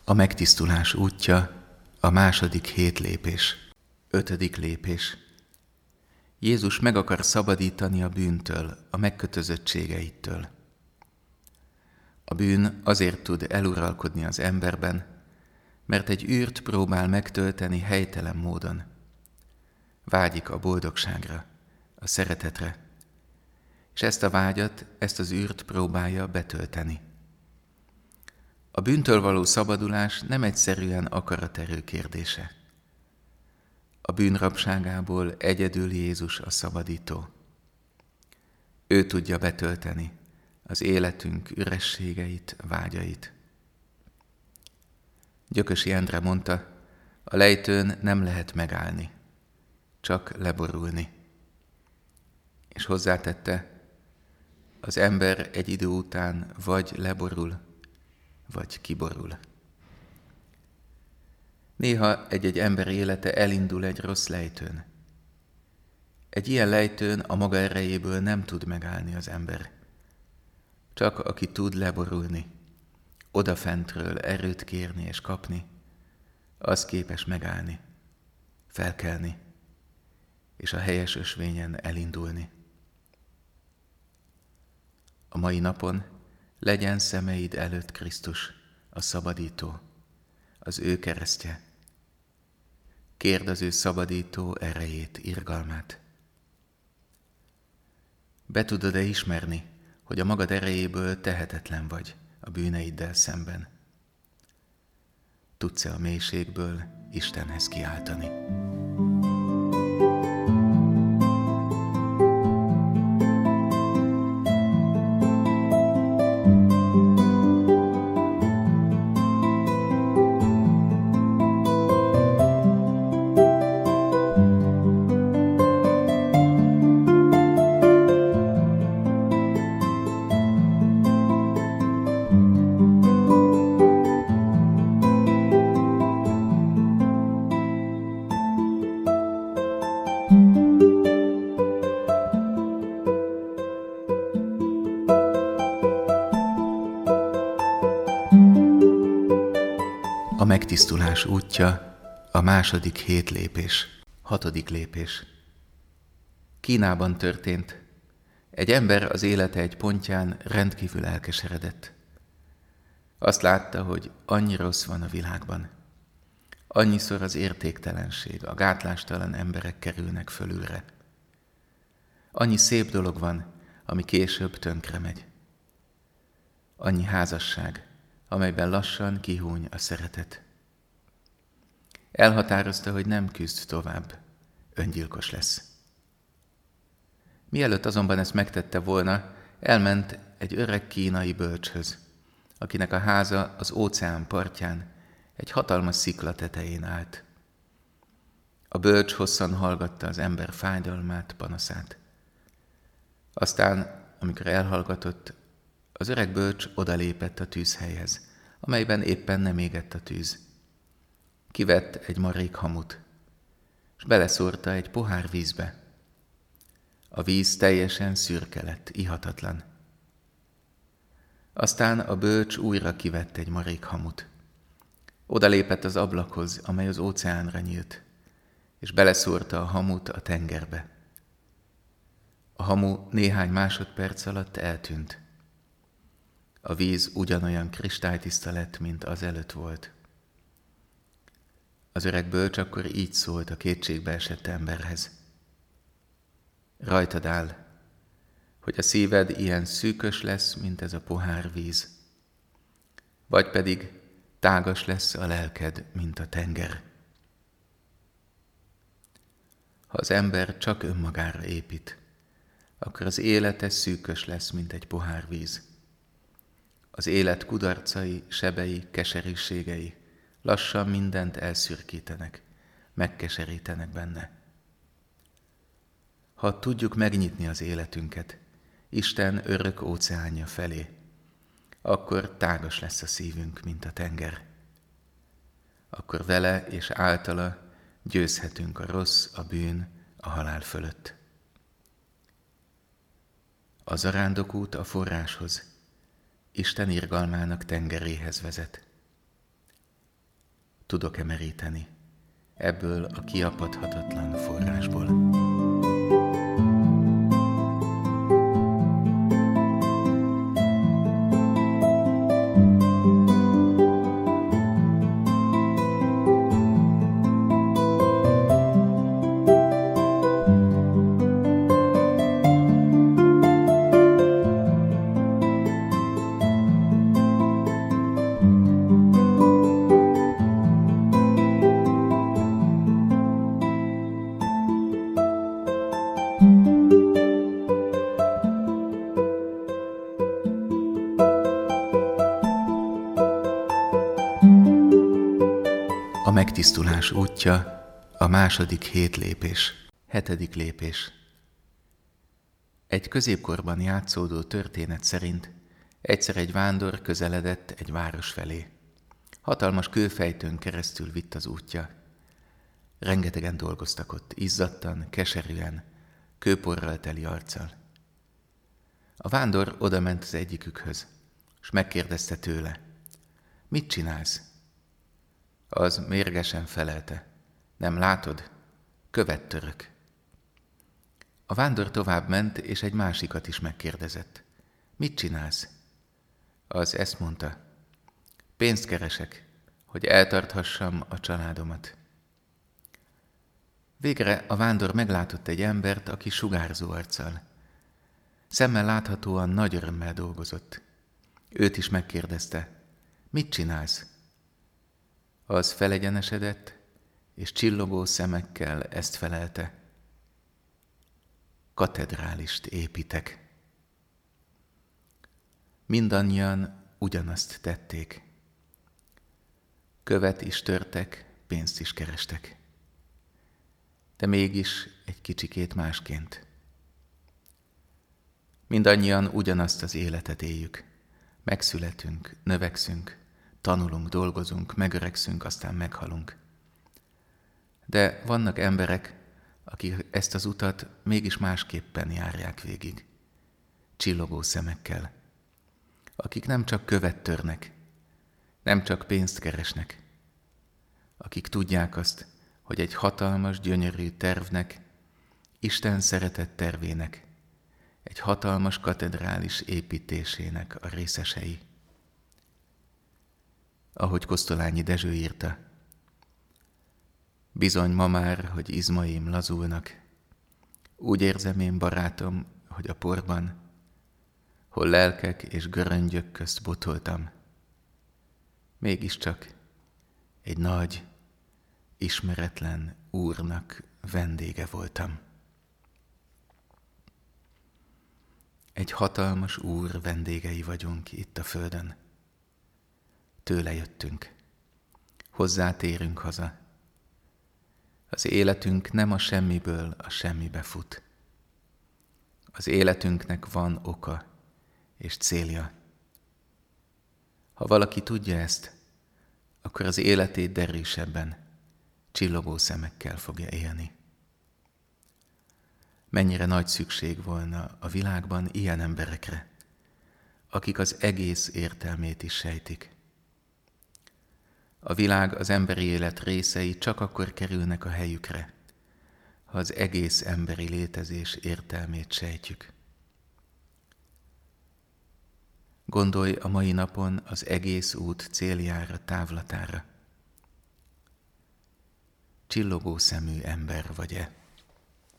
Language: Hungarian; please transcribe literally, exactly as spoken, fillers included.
A megtisztulás útja, a második hét lépés. Ötödik lépés. Jézus meg akar szabadítani a bűntől, a megkötözöttségeitől. A bűn azért tud eluralkodni az emberben, mert egy űrt próbál megtölteni helytelen módon. Vágyik a boldogságra, a szeretetre, és ezt a vágyat, ezt az űrt próbálja betölteni. A bűntől való szabadulás nem egyszerűen akaraterő kérdése. A bűn rabságából egyedül Jézus a szabadító. Ő tudja betölteni az életünk ürességeit, vágyait. Gyökösi Endre mondta, a lejtőn nem lehet megállni, csak leborulni. És hozzátette, az ember egy idő után vagy leborul, vagy kiborul. Néha egy-egy ember élete elindul egy rossz lejtőn. Egy ilyen lejtőn a maga erejéből nem tud megállni az ember. Csak aki tud leborulni, odafentről erőt kérni és kapni, az képes megállni, felkelni, és a helyes ösvényen elindulni. A mai napon legyen szemeid előtt Krisztus, a szabadító, az ő keresztje. Kérd az ő szabadító erejét, irgalmát. Be tudod-e ismerni, hogy a magad erejéből tehetetlen vagy a bűneiddel szemben? Tudsz-e a mélységből Istenhez kiáltani? A megtisztulás útja, a második hét lépés. Hatodik lépés. Kínában történt. Egy ember az élete egy pontján rendkívül elkeseredett. Azt látta, hogy annyi rossz van a világban. Annyiszor az értéktelenség, a gátlástalan emberek kerülnek fölülre. Annyi szép dolog van, ami később tönkre megy. Annyi házasság, amelyben lassan kihúny a szeretet. Elhatározta, hogy nem küzd tovább, öngyilkos lesz. Mielőtt azonban ezt megtette volna, elment egy öreg kínai bölcshöz, akinek a háza az óceán partján, egy hatalmas szikla tetején állt. A bölcs hosszan hallgatta az ember fájdalmát, panaszát. Aztán, amikor elhallgatott, az öreg bölcs odalépett a tűzhelyhez, amelyben éppen nem égett a tűz. Kivett egy marék hamut, és beleszórta egy pohár vízbe. A víz teljesen szürke lett, ihatatlan. Aztán a bölcs újra kivett egy marék hamut. Odalépett az ablakhoz, amely az óceánra nyílt, és beleszórta a hamut a tengerbe. A hamu néhány másodperc alatt eltűnt. A víz ugyanolyan kristálytiszta lett, mint az előtt volt. Az öreg bölcs akkor így szólt a kétségbe esett emberhez. Rajtad áll, hogy a szíved ilyen szűkös lesz, mint ez a pohár víz, vagy pedig tágas lesz a lelked, mint a tenger. Ha az ember csak önmagára épít, akkor az élete szűkös lesz, mint egy pohár víz. Az élet kudarcai, sebei, keserűségei lassan mindent elszürkítenek, megkeserítenek benne. Ha tudjuk megnyitni az életünket Isten örök óceánja felé, akkor tágas lesz a szívünk, mint a tenger. Akkor vele és általa győzhetünk a rossz, a bűn, a halál fölött. A zarándokút a forráshoz, Isten irgalmának tengeréhez vezet. tudok-e meríteni ebből a kiapadhatatlan forrásból. A megtisztulás útja, a második hét lépés, hetedik lépés. Egy középkorban játszódó történet szerint egyszer egy vándor közeledett egy város felé. Hatalmas kőfejtőn keresztül vitt az útja. Rengetegen dolgoztak ott, izzadtan, keserűen, kőporral teli arccal. A vándor odament az egyikükhöz, és megkérdezte tőle: mit csinálsz? Az mérgesen felelte: nem látod? Követ török. A vándor tovább ment, és egy másikat is megkérdezett: mit csinálsz? Az ezt mondta: pénzt keresek, hogy eltarthassam a családomat. Végre a vándor meglátott egy embert, aki sugárzó arccal. Szemmel láthatóan nagy örömmel dolgozott. Őt is megkérdezte: mit csinálsz? Az felegyenesedett, és csillogó szemekkel ezt felelte: katedrálist építek. Mindannyian ugyanazt tették. Követ is törtek, pénzt is kerestek. De mégis egy kicsikét másként. Mindannyian ugyanazt az életet éljük. Megszületünk, növekszünk, tanulunk, dolgozunk, megöregszünk, aztán meghalunk. De vannak emberek, akik ezt az utat mégis másképpen járják végig, csillogó szemekkel, akik nem csak követ törnek, nem csak pénzt keresnek, akik tudják azt, hogy egy hatalmas, gyönyörű tervnek, Isten szeretett tervének, egy hatalmas katedrális építésének a részesei. Ahogy Kosztolányi Dezső írta: bizony ma már, hogy izmaim lazulnak, úgy érzem én, barátom, hogy a porban, hol lelkek és göröngyök közt botoltam, mégiscsak egy nagy, ismeretlen Úrnak vendége voltam. Egy hatalmas Úr vendégei vagyunk itt a földön. Tőle jöttünk. Hozzá térünk haza. Az életünk nem a semmiből a semmibe fut. Az életünknek van oka és célja. Ha valaki tudja ezt, akkor az életét derűsebben, csillogó szemekkel fogja élni. Mennyire nagy szükség volna a világban ilyen emberekre, akik az egész értelmét is sejtik. A világ, az emberi élet részei csak akkor kerülnek a helyükre, ha az egész emberi létezés értelmét sejtjük. Gondolj a mai napon az egész út céljára, távlatára. Csillogó szemű ember vagy-e?